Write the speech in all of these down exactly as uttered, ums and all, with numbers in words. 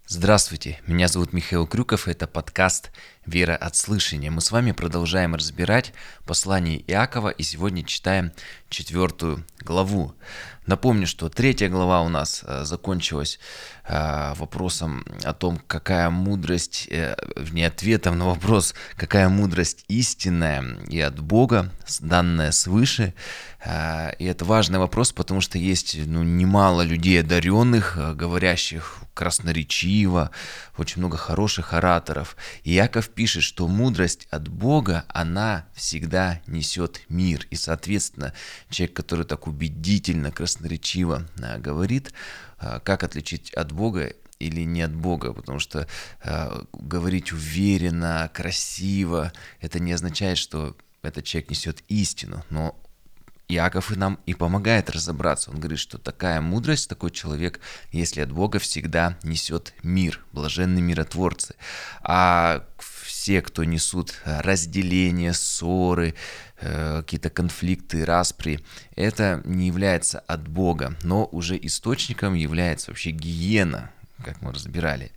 Здравствуйте, меня зовут Михаил Крюков, и это подкаст «Вера от слышания». Мы с вами продолжаем разбирать послание Иакова, и сегодня читаем четвертую главу. Напомню, что третья глава у нас э, закончилась э, вопросом о том, какая мудрость, э, не ответом на вопрос, какая мудрость истинная и от Бога, данная свыше. Э, и это важный вопрос, потому что есть ну, немало людей одаренных, э, говорящих красноречиво, очень много хороших ораторов. И Иаков пишет, что мудрость от Бога, она всегда несет мир. И, соответственно, человек, который так убедительно, красноречиво а, говорит, а, как отличить от Бога или не от Бога, потому что а, говорить уверенно, красиво, это не означает, что этот человек несет истину, но Иаков и нам и помогает разобраться. Он говорит, что такая мудрость, такой человек, если от Бога, всегда несет мир, блаженные миротворцы. А все, кто несут разделение, ссоры, какие-то конфликты, распри, это не является от Бога, но уже источником является вообще гиена, как мы разбирали.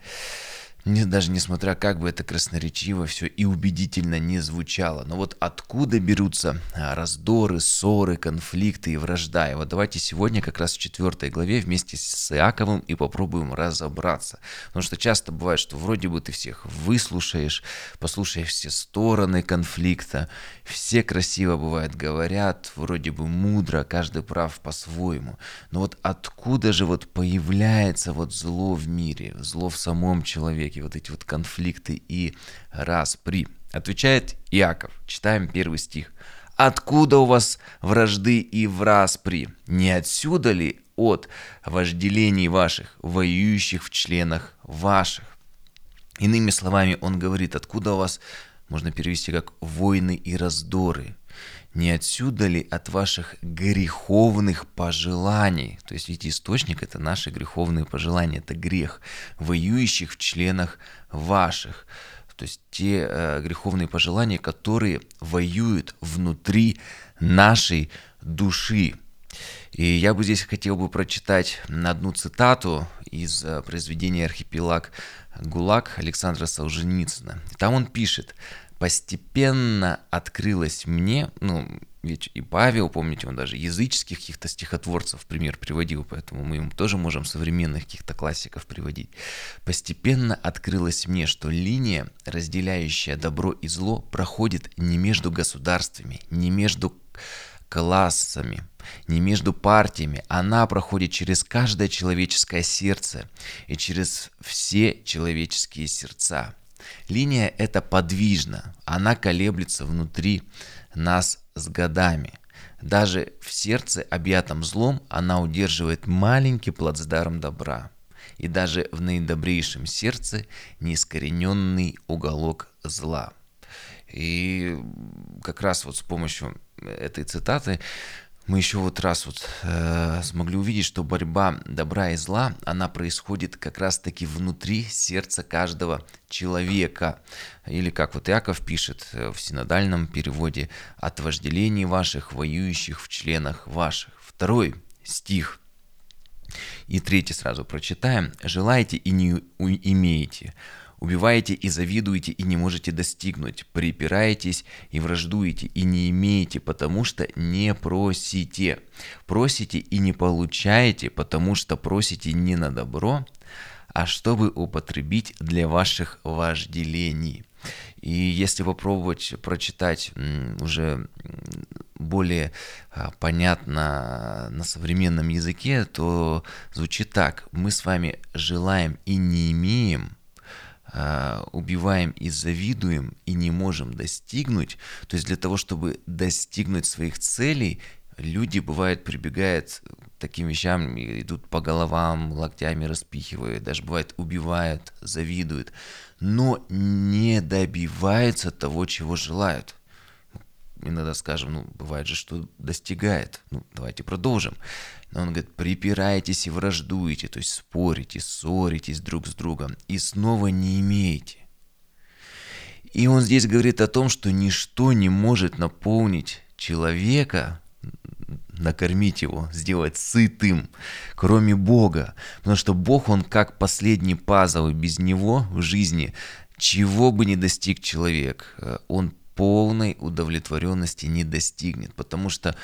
Даже несмотря как бы это красноречиво все и убедительно не звучало. Но вот откуда берутся раздоры, ссоры, конфликты и вражда? И вот давайте сегодня как раз в четвертой главе вместе с Иаковом и попробуем разобраться. Потому что часто бывает, что вроде бы ты всех выслушаешь, послушаешь все стороны конфликта, все красиво бывает говорят, вроде бы мудро, каждый прав по-своему. Но вот откуда же вот появляется вот зло в мире, зло в самом человеке? Вот эти вот конфликты и распри. Отвечает Иаков. Читаем первый стих. «Откуда у вас вражды и враспри? Не отсюда ли от вожделений ваших, воюющих в членах ваших?» Иными словами, он говорит, откуда у вас, можно перевести как «войны и раздоры». Не отсюда ли от ваших греховных пожеланий? То есть, видите, источник – это наши греховные пожелания, это грех, воюющих в членах ваших. То есть, те э, греховные пожелания, которые воюют внутри нашей души. И я бы здесь хотел бы прочитать одну цитату из э, произведения «Архипелаг ГУЛАГ» Александра Солженицына. Там он пишет: «Постепенно открылось мне», ну, ведь и Павел, помните, он даже языческих каких-то стихотворцев в пример приводил, поэтому мы ему тоже можем современных каких-то классиков приводить. «Постепенно открылось мне, что линия, разделяющая добро и зло, проходит не между государствами, не между классами, не между партиями, она проходит через каждое человеческое сердце и через все человеческие сердца. Линия эта подвижна, она колеблется внутри нас с годами. Даже в сердце, объятом злом, она удерживает маленький плацдарм добра. И даже в наидобрейшем сердце неискорененный уголок зла». И как раз вот с помощью этой цитаты мы еще вот раз вот э, смогли увидеть, что борьба добра и зла, она происходит как раз-таки внутри сердца каждого человека. Или как вот Иаков пишет в синодальном переводе: «От вожделений ваших, воюющих в членах ваших». Второй стих. И третий сразу прочитаем. «Желаете и не имеете. Убиваете и завидуете, и не можете достигнуть. Припираетесь и враждуете, и не имеете, потому что не просите. Просите и не получаете, потому что просите не на добро, а чтобы употребить для ваших вожделений». И если попробовать прочитать уже более понятно на современном языке, то звучит так. Мы с вами желаем и не имеем, убиваем и завидуем и не можем достигнуть. То есть для того, чтобы достигнуть своих целей, люди, бывает, прибегают к таким вещам, идут по головам, локтями распихивают, даже бывает убивают, завидуют, но не добиваются того, чего желают. Иногда скажем, ну, бывает же, что достигает. Ну, давайте продолжим. Но он говорит, припираетесь и враждуете, то есть спорите, ссоритесь друг с другом, и снова не имеете. И он здесь говорит о том, что ничто не может наполнить человека накормить его, сделать сытым, кроме Бога. Потому что Бог, Он как последний пазл, и без Него в жизни чего бы ни достиг человек, он полной удовлетворенности не достигнет. Потому что,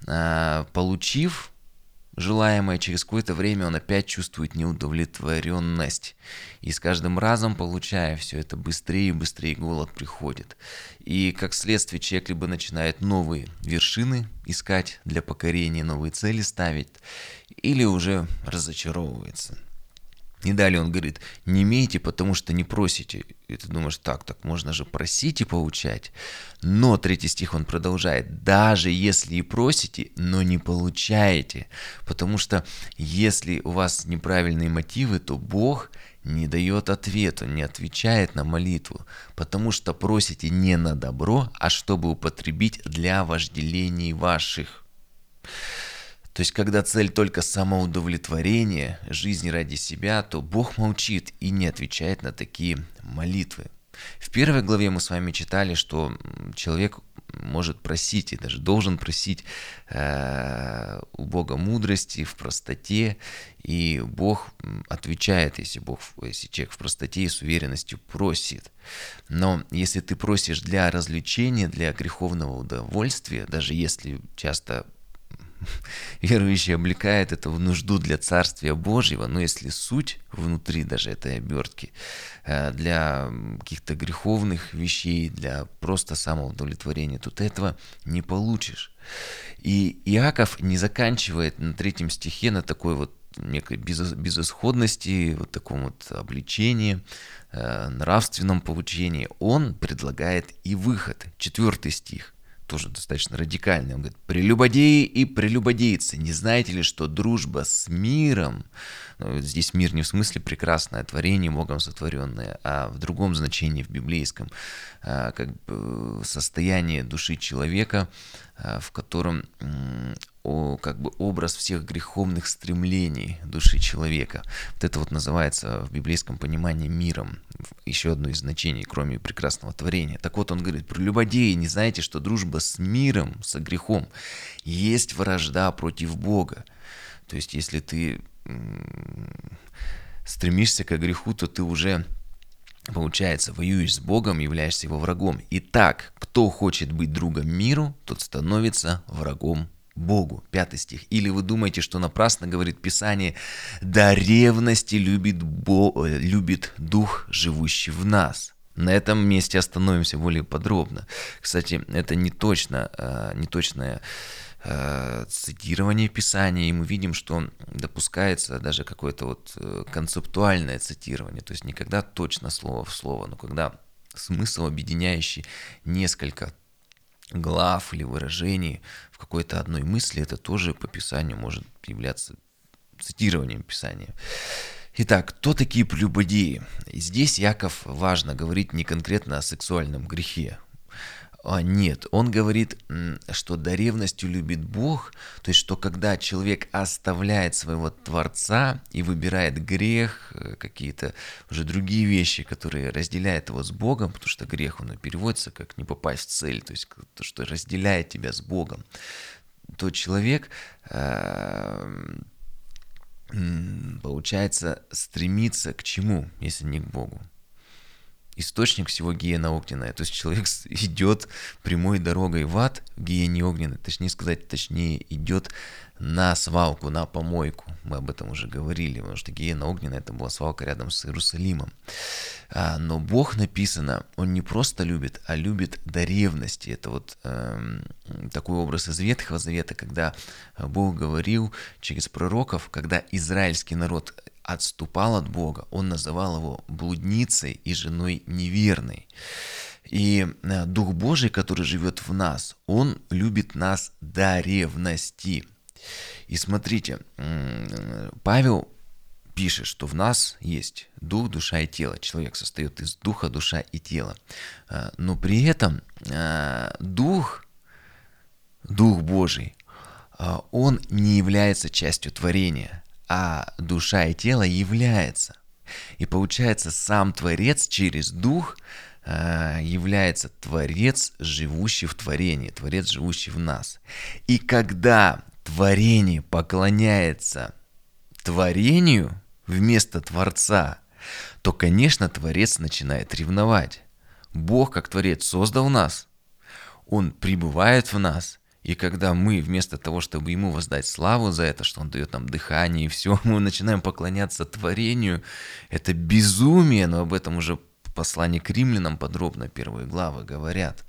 получив желаемое, через какое-то время он опять чувствует неудовлетворенность. И с каждым разом, получая все это, быстрее и быстрее голод приходит. И как следствие человек либо начинает новые вершины искать для покорения, новые цели ставить, или уже разочаровывается. И далее он говорит: не имейте, потому что не просите. И ты думаешь, так, так можно же просить и получать. Но третий стих он продолжает: даже если и просите, но не получаете. Потому что если у вас неправильные мотивы, то Бог не дает ответа, не отвечает на молитву. Потому что просите не на добро, а чтобы употребить для вожделений ваших. То есть, когда цель только самоудовлетворение, жизнь ради себя, то Бог молчит и не отвечает на такие молитвы. В первой главе мы с вами читали, что человек может просить и даже должен просить э, у Бога мудрости в простоте, и Бог отвечает, если, Бог, если человек в простоте и с уверенностью просит. Но если ты просишь для развлечения, для греховного удовольствия, даже если часто верующий облекает это в нужду для Царствия Божьего, но если суть внутри даже этой обертки для каких-то греховных вещей, для просто самоудовлетворения, то ты этого не получишь. И Иаков не заканчивает на третьем стихе на такой вот некой безысходности, вот таком вот обличении, нравственном получении. Он предлагает и выход. Четвертый стих. Тоже достаточно радикальный. Он говорит: прелюбодеи и прелюбодейцы, не знаете ли, что дружба с миром, ну, здесь мир не в смысле прекрасное творение, Богом сотворенное, а в другом значении, в библейском, как бы состояние души человека, в котором как бы образ всех греховных стремлений души человека. Вот это вот называется в библейском понимании миром. Еще одно из значений, кроме прекрасного творения. Так вот, он говорит: прелюбодеи, не знаете, что дружба с миром, со грехом, есть вражда против Бога. То есть, если ты стремишься к греху, то ты уже, получается, воюешь с Богом, являешься его врагом. Итак, кто хочет быть другом миру, тот становится врагом Богу. Пятый стих. Или вы думаете, что напрасно говорит Писание: до ревности любит, Бо... любит Дух, живущий в нас. На этом месте остановимся более подробно. Кстати, это не точно, не точное цитирование Писания, и мы видим, что допускается даже какое-то вот концептуальное цитирование, то есть никогда точно слово в слово, но когда смысл, объединяющий несколько глав или выражений в какой-то одной мысли, это тоже по Писанию может являться цитированием Писания. Итак, кто такие прелюбодеи? Здесь Иаков важно говорить не конкретно о сексуальном грехе. А нет, он говорит, что до ревностью любит Бог, то есть, что когда человек оставляет своего Творца и выбирает грех, какие-то уже другие вещи, которые разделяют его с Богом, потому что грех, он переводится как не попасть в цель, то есть то, что разделяет тебя с Богом, то человек, получается, стремится к чему, если не к Богу? Источник всего гиена огненная. То есть человек идет прямой дорогой в ад, в гиене огненной, точнее сказать, точнее идет на свалку, на помойку. Мы об этом уже говорили, потому что гиена огненная — это была свалка рядом с Иерусалимом. А, но Бог, написано, Он не просто любит, а любит до ревности. Это вот э, такой образ из Ветхого Завета, когда Бог говорил через пророков, когда израильский народ отступал от Бога, он называл его блудницей и женой неверной. И Дух Божий, который живет в нас, он любит нас до ревности. И смотрите, Павел пишет, что в нас есть дух, душа и тело. Человек состоит из духа, душа и тела. Но при этом дух, дух Божий, он не является частью творения, а душа и тело является. И получается, сам Творец через Дух э, является Творец, живущий в творении, Творец, живущий в нас. И когда творение поклоняется творению вместо Творца, то, конечно, Творец начинает ревновать. Бог, как Творец, создал нас, Он пребывает в нас, и когда мы вместо того, чтобы Ему воздать славу за это, что Он дает нам дыхание и все, мы начинаем поклоняться творению, это безумие, но об этом уже послание к римлянам подробно первые главы говорят.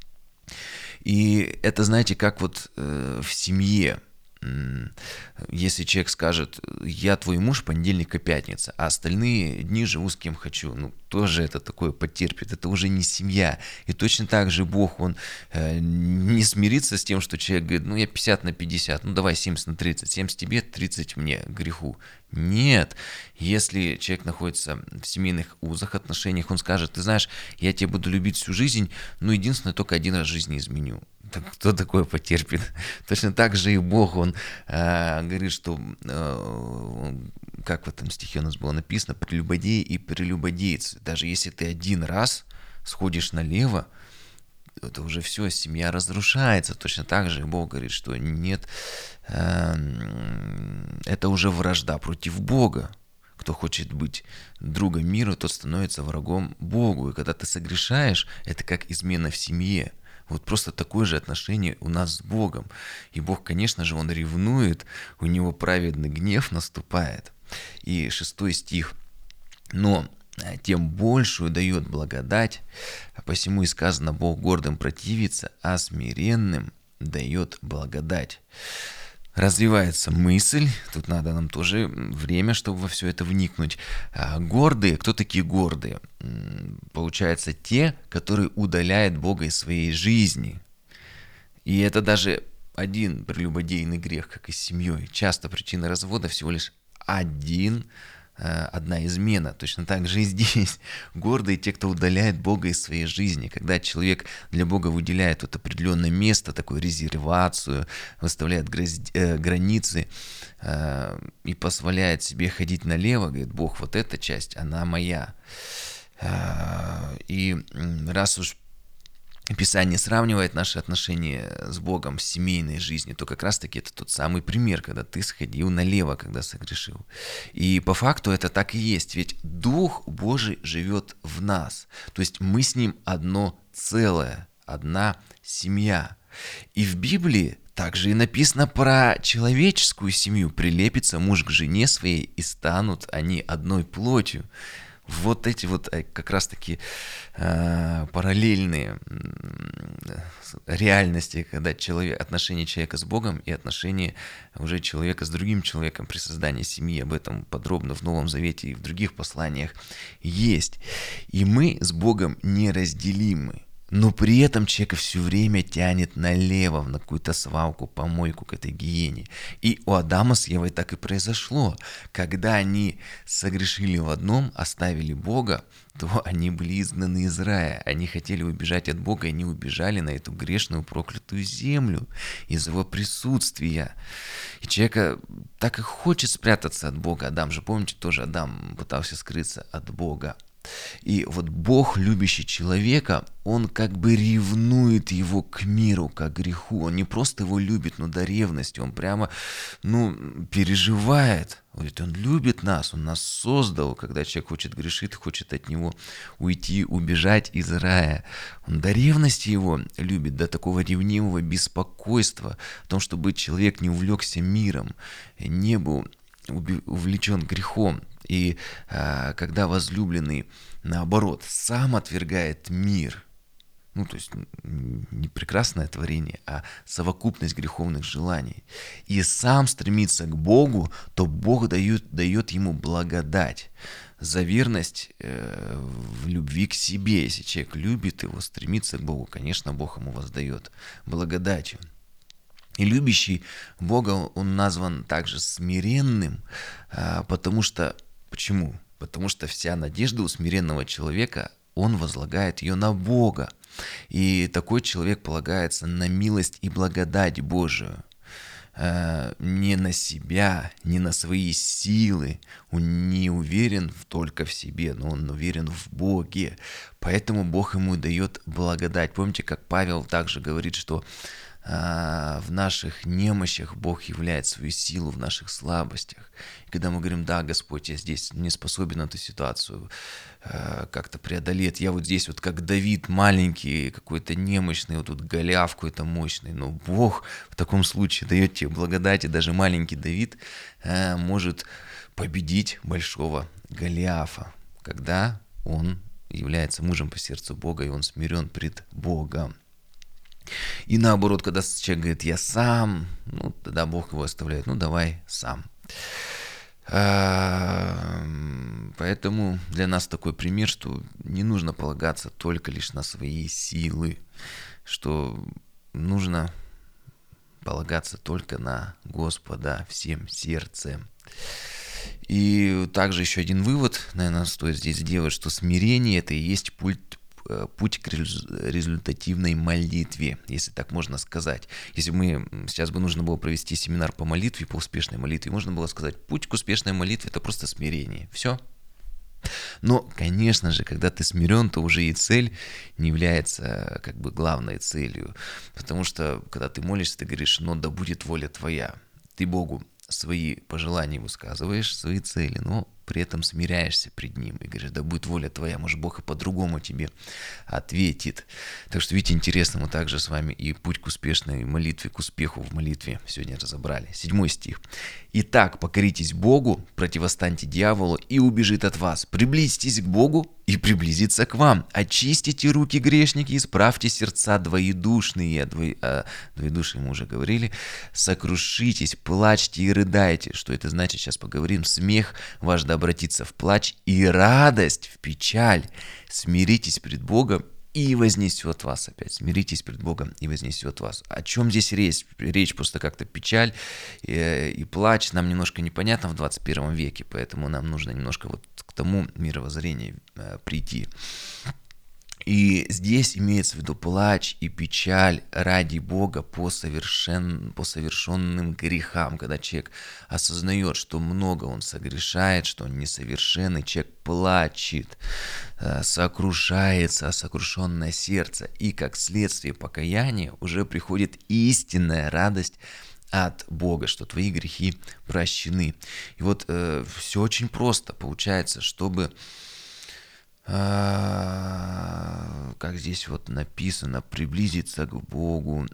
И это, знаете, как вот э, в семье. Если человек скажет: я твой муж понедельник и пятница, а остальные дни живу с кем хочу, ну, тоже это такое потерпит, это уже не семья. И точно так же Бог, Он э, не смирится с тем, что человек говорит: ну, я пятьдесят на пятьдесят, ну, давай семьдесят на тридцать, семьдесят тебе, тридцать мне, греху. Нет, если человек находится в семейных узах, отношениях, он скажет: ты знаешь, я тебя буду любить всю жизнь, но единственное, только один раз в жизни изменю. Так кто такое потерпит? Точно так же и Бог, Он э, говорит, что, э, как в этом стихе у нас было написано, прелюбодей и прелюбодейцы. Даже если ты один раз сходишь налево, это уже все, семья разрушается. Точно так же и Бог говорит, что нет, э, это уже вражда против Бога. Кто хочет быть другом миру, тот становится врагом Богу. И когда ты согрешаешь, это как измена в семье. Вот просто такое же отношение у нас с Богом. И Бог, конечно же, Он ревнует, у Него праведный гнев наступает. И шестой стих. Но тем большую дает благодать, а посему и сказано: Бог гордым противится, а смиренным дает благодать. Развивается мысль, тут надо нам тоже время, чтобы во все это вникнуть. Гордые, кто такие гордые? Получается, те, которые удаляют Бога из своей жизни. И это даже один прелюбодейный грех, как и с семьей. Часто причина развода всего лишь один одна измена. Точно так же и здесь. Гордые те, кто удаляет Бога из своей жизни. Когда человек для Бога выделяет вот определенное место, такую резервацию, выставляет границы и позволяет себе ходить налево, говорит: Бог, вот эта часть, она моя. И раз уж Писание сравнивает наши отношения с Богом, с семейной жизнью, то как раз-таки это тот самый пример, когда ты сходил налево, когда согрешил. И по факту это так и есть, ведь Дух Божий живет в нас. То есть мы с Ним одно целое, одна семья. И в Библии также и написано про человеческую семью. Прилепится муж к жене своей, и станут они одной плотью. Вот эти вот как раз-таки э, параллельные э, реальности, когда человек, отношения человека с Богом и отношения уже человека с другим человеком при создании семьи. Об этом подробно в Новом Завете и в других посланиях есть. И мы с Богом неразделимы. Но при этом человека все время тянет налево, на какую-то свалку, помойку, к этой гиене. И у Адама с Евой так и произошло. Когда они согрешили в одном, оставили Бога, то они были изгнаны из рая. Они хотели убежать от Бога, и они убежали на эту грешную, проклятую землю из Его присутствия. И человека так и хочет спрятаться от Бога. Адам же, помните, тоже Адам пытался скрыться от Бога. И вот Бог, любящий человека, Он как бы ревнует его к миру, к греху. Он не просто его любит, но до ревности. Он прямо, ну, переживает. Говорит, Он любит нас, Он нас создал. Когда человек хочет грешить, хочет от него уйти, убежать из рая. Он до ревности его любит, до такого ревнивого беспокойства, о том, чтобы человек не увлекся миром, не был увлечен грехом. И а, когда возлюбленный, наоборот, сам отвергает мир, ну, то есть не прекрасное творение, а совокупность греховных желаний, и сам стремится к Богу, то Бог дает, дает ему благодать за верность э, в любви к себе. Если человек любит его, стремится к Богу, конечно, Бог ему воздает благодатью. И любящий Бога, он назван также смиренным, потому что, почему? Потому что вся надежда у смиренного человека, он возлагает ее на Бога. И такой человек полагается на милость и благодать Божию. Не на себя, не на свои силы. Он не уверен только в себе, но он уверен в Боге. Поэтому Бог ему дает благодать. Помните, как Павел также говорит, что а, в наших немощах Бог являет свою силу, в наших слабостях. И когда мы говорим: да, Господь, я здесь не способен эту ситуацию а, как-то преодолеть. Я вот здесь вот как Давид, маленький, какой-то немощный, вот тут Голиаф какой-то мощный. Но Бог в таком случае дает тебе благодать, и даже маленький Давид а, может победить большого Голиафа, когда он является мужем по сердцу Бога, и он смирен пред Богом. И наоборот, когда человек говорит: я сам, ну, тогда Бог его оставляет: ну, давай сам. Поэтому для нас такой пример, что не нужно полагаться только лишь на свои силы, что нужно полагаться только на Господа всем сердцем. И также еще один вывод, наверное, стоит здесь сделать, что смирение – это и есть путь, путь к результативной молитве, если так можно сказать. Если бы мы, сейчас бы нужно было провести семинар по молитве, по успешной молитве, можно было сказать: путь к успешной молитве – это просто смирение. Все. Но, конечно же, когда ты смирен, то уже и цель не является как бы главной целью. Потому что, когда ты молишься, ты говоришь: ну да будет воля твоя. Ты Богу свои пожелания высказываешь, свои цели, но при этом смиряешься пред Ним и говоришь: да будет воля твоя. Может, Бог и по-другому тебе ответит. Так что, видите, интересно, мы также с вами и путь к успешной молитве, к успеху в молитве сегодня разобрали. Седьмой стих. «Итак, покоритесь Богу, противостаньте дьяволу, и убежит от вас. Приблизьтесь к Богу, и приблизится к вам. Очистите руки, грешники, исправьте сердца двоедушные». Двое, а, двоедушие мы уже говорили. «Сокрушитесь, плачьте и рыдайте». Что это значит? Сейчас поговорим. «Смех ваш да обратится в плач, и радость в печаль. Смиритесь пред Богом, и вознесет вас». Опять смиритесь пред Богом, и вознесет вас. О чем здесь речь? Речь просто как-то печаль и, и плач нам немножко непонятно в двадцать первом веке, поэтому нам нужно немножко вот к тому мировоззрению э, прийти. И здесь имеется в виду плач и печаль ради Бога по, совершен... по совершенным грехам. Когда человек осознает, что много он согрешает, что он несовершенный, человек плачет, сокрушается, сокрушенное сердце. И как следствие покаяния уже приходит истинная радость от Бога, что твои грехи прощены. И вот э, все очень просто получается, чтобы... как здесь вот написано, приблизиться к Богу,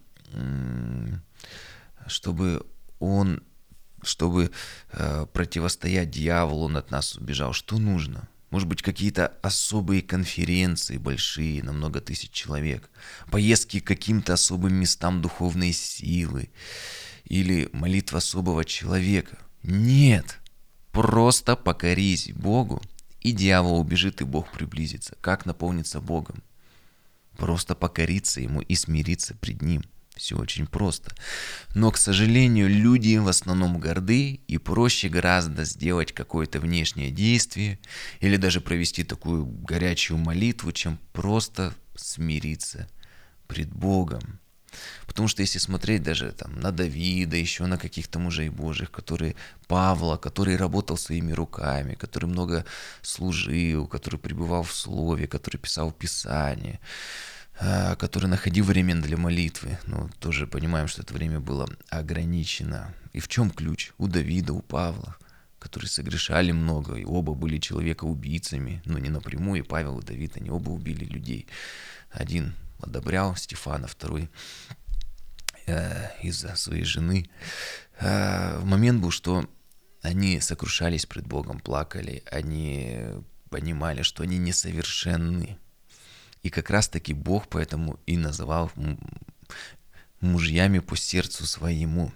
чтобы Он, чтобы противостоять дьяволу, он от нас убежал. Что нужно? Может быть, какие-то особые конференции большие, на много тысяч человек, поездки к каким-то особым местам духовной силы или молитва особого человека. Нет, просто покорись Богу, и дьявол убежит, и Бог приблизится. Как наполниться Богом? Просто покориться Ему и смириться пред Ним. Все очень просто. Но, к сожалению, люди в основном горды, и проще гораздо сделать какое-то внешнее действие или даже провести такую горячую молитву, чем просто смириться пред Богом. Потому что если смотреть даже там на Давида, еще на каких-то мужей Божьих, которые Павла, который работал своими руками, который много служил, который пребывал в Слове, который писал Писание, который находил время для молитвы. Но тоже понимаем, что это время было ограничено. И в чем ключ? У Давида, у Павла, которые согрешали много, и оба были человека-убийцами, но не напрямую, и Павел, и Давид, они оба убили людей. Один одобрял Стефана, второй э, из-за своей жены. Э, момент был, что они сокрушались пред Богом, плакали, они понимали, что они несовершенны. И как раз-таки Бог поэтому и называл мужьями по сердцу своему.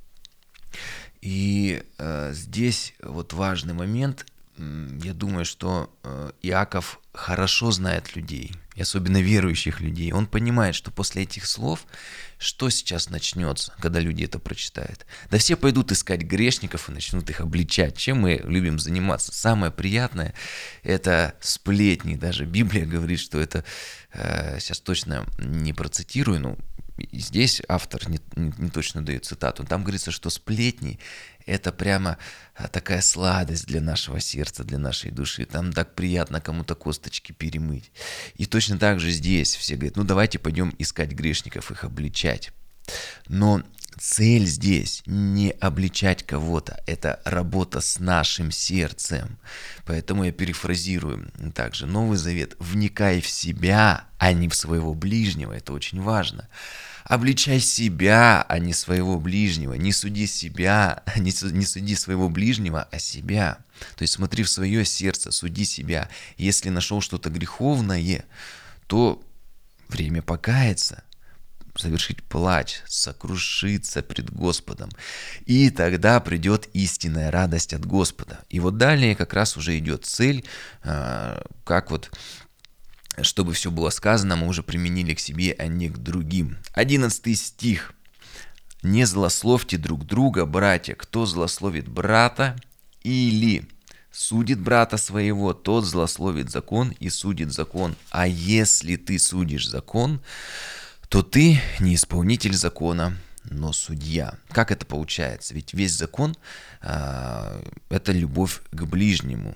И э, здесь вот важный момент. Я думаю, что Иаков хорошо знает людей, и особенно верующих людей. Он понимает, что после этих слов, что сейчас начнется, когда люди это прочитают? Да все пойдут искать грешников и начнут их обличать. Чем мы любим заниматься? Самое приятное – это сплетни. Даже Библия говорит, что это, сейчас точно не процитирую, но здесь автор не, не, не точно дает цитату. Там говорится, что сплетни – это прямо такая сладость для нашего сердца, для нашей души. Там так приятно кому-то косточки перемыть. И точно так же здесь все говорят: ну давайте пойдем искать грешников, их обличать. Но цель здесь не обличать кого-то, это работа с нашим сердцем. Поэтому я перефразирую также Новый Завет. Вникай в себя, а не в своего ближнего. Это очень важно. Обличай себя, а не своего ближнего. Не суди себя, не, су- не суди своего ближнего, а себя. То есть смотри в свое сердце, суди себя. Если нашел что-то греховное, то время покаяться, совершить плач, сокрушиться пред Господом. И тогда придет истинная радость от Господа. И вот далее как раз уже идет цель, а, как вот, чтобы все было сказано, мы уже применили к себе, а не к другим. Одиннадцатый стих. «Не злословьте друг друга, братья. Кто злословит брата или судит брата своего, тот злословит закон и судит закон. А если ты судишь закон, то ты не исполнитель закона, но судья». Как это получается? Ведь весь закон а, это любовь к ближнему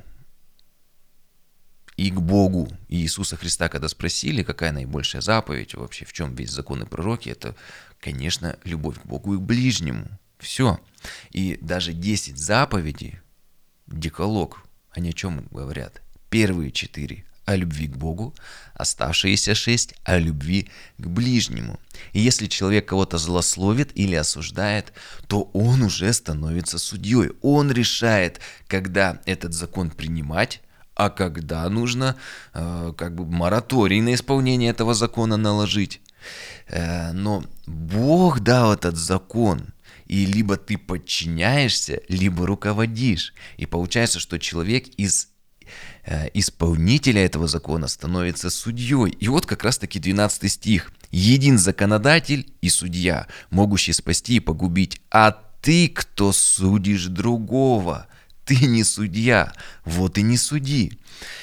и к Богу. И Иисуса Христа, когда спросили, какая наибольшая заповедь, вообще в чем весь закон и пророки, это, конечно, любовь к Богу и к ближнему. Все. И даже десять заповедей, декалог, они о чем говорят? Первые четыре о любви к Богу, оставшиеся шесть о любви к ближнему. И если человек кого-то злословит или осуждает, то он уже становится судьей. Он решает, когда этот закон принимать, а когда нужно э, как бы мораторий на исполнение этого закона наложить. Э, но Бог дал этот закон. И либо ты подчиняешься, либо руководишь. И получается, что человек из исполнителя этого закона становится судьей. И вот как раз таки двенадцатый стих. «Един законодатель и судья, могущий спасти и погубить, а ты, кто судишь другого, ты не судья, вот и не суди».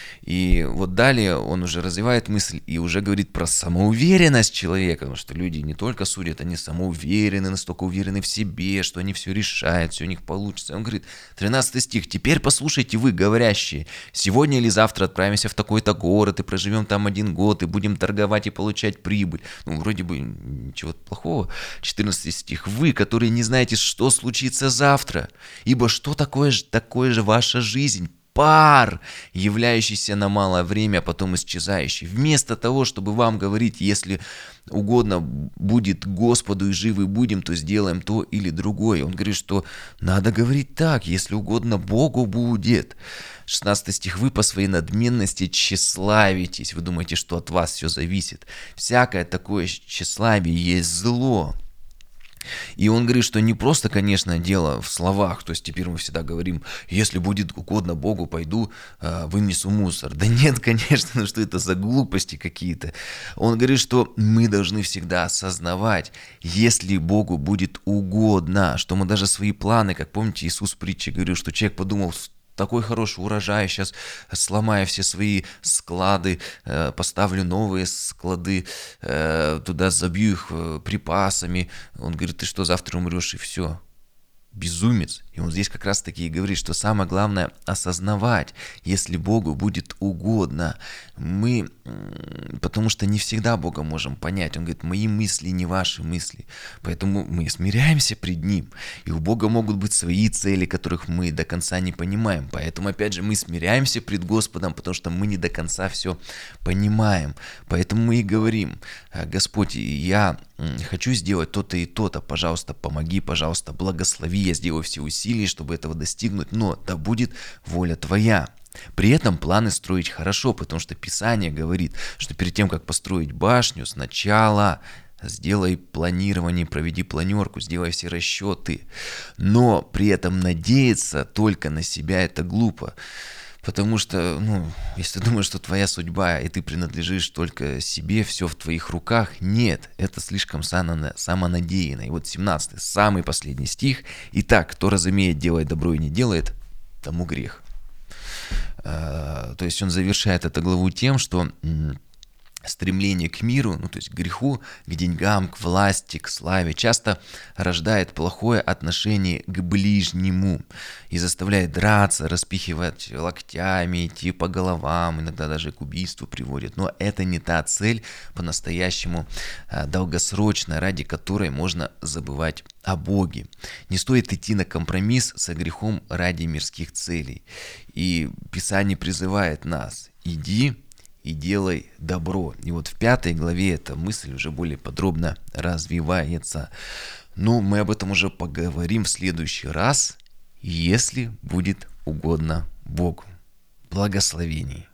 И вот далее он уже развивает мысль и уже говорит про самоуверенность человека, потому что люди не только судят, они самоуверены, настолько уверены в себе, что они все решают, все у них получится. И он говорит, тринадцатый стих, «Теперь послушайте вы, говорящие, сегодня или завтра отправимся в такой-то город и проживем там один год, и будем торговать и получать прибыль». Ну, вроде бы ничего плохого. четырнадцатый стих, «Вы, которые не знаете, что случится завтра, ибо что такое же, такое же ваша жизнь? Пар, являющийся на малое время, а потом исчезающий. Вместо того, чтобы вам говорить, если угодно будет Господу и живы будем, то сделаем то или другое. Он говорит, что надо говорить так, если угодно Богу будет». шестнадцатый стих. «Вы по своей надменности тщеславитесь». Вы думаете, что от вас все зависит. Всякое такое тщеславие есть зло. И он говорит, что не просто, конечно, дело в словах, то есть теперь мы всегда говорим, если будет угодно Богу, пойду э, вынесу мусор. Да нет, конечно, ну что это за глупости какие-то. Он говорит, что мы должны всегда осознавать, если Богу будет угодно, что мы даже свои планы, как помните, Иисус в притче говорил, что человек подумал, такой хороший урожай, сейчас сломаю все свои склады, поставлю новые склады, туда забью их припасами. Он говорит, ты что, завтра умрешь и все. Безумец. И он здесь как раз таки и говорит, что самое главное осознавать, если Богу будет угодно. Мы, потому что не всегда Бога можем понять. Он говорит, мои мысли не ваши мысли. Поэтому мы смиряемся пред Ним. И у Бога могут быть свои цели, которых мы до конца не понимаем. Поэтому, опять же, мы смиряемся пред Господом, потому что мы не до конца все понимаем. Поэтому мы и говорим, Господь, я хочу сделать то-то и то-то, пожалуйста, помоги, пожалуйста, благослови, я сделаю все усилия, чтобы этого достигнуть, но да будет воля Твоя. При этом планы строить хорошо, потому что Писание говорит, что перед тем, как построить башню, сначала сделай планирование, проведи планерку, сделай все расчеты, но при этом надеяться только на себя это глупо. Потому что, ну, если ты думаешь, что твоя судьба, и ты принадлежишь только себе, все в твоих руках, нет, это слишком самонадеянно. И вот семнадцатый, самый последний стих. «Итак, кто разумеет делать добро и не делает, тому грех». То есть он завершает эту главу тем, что Стремление к миру, ну то есть к греху, к деньгам, к власти, к славе, часто рождает плохое отношение к ближнему и заставляет драться, распихивать локтями, идти по головам, иногда даже к убийству приводит. Но это не та цель по-настоящему а, долгосрочная, ради которой можно забывать о Боге. Не стоит идти на компромисс со грехом ради мирских целей. И Писание призывает нас: иди и делай добро. И вот в пятой главе эта мысль уже более подробно развивается. Но мы об этом уже поговорим в следующий раз, если будет угодно Богу. Благословений.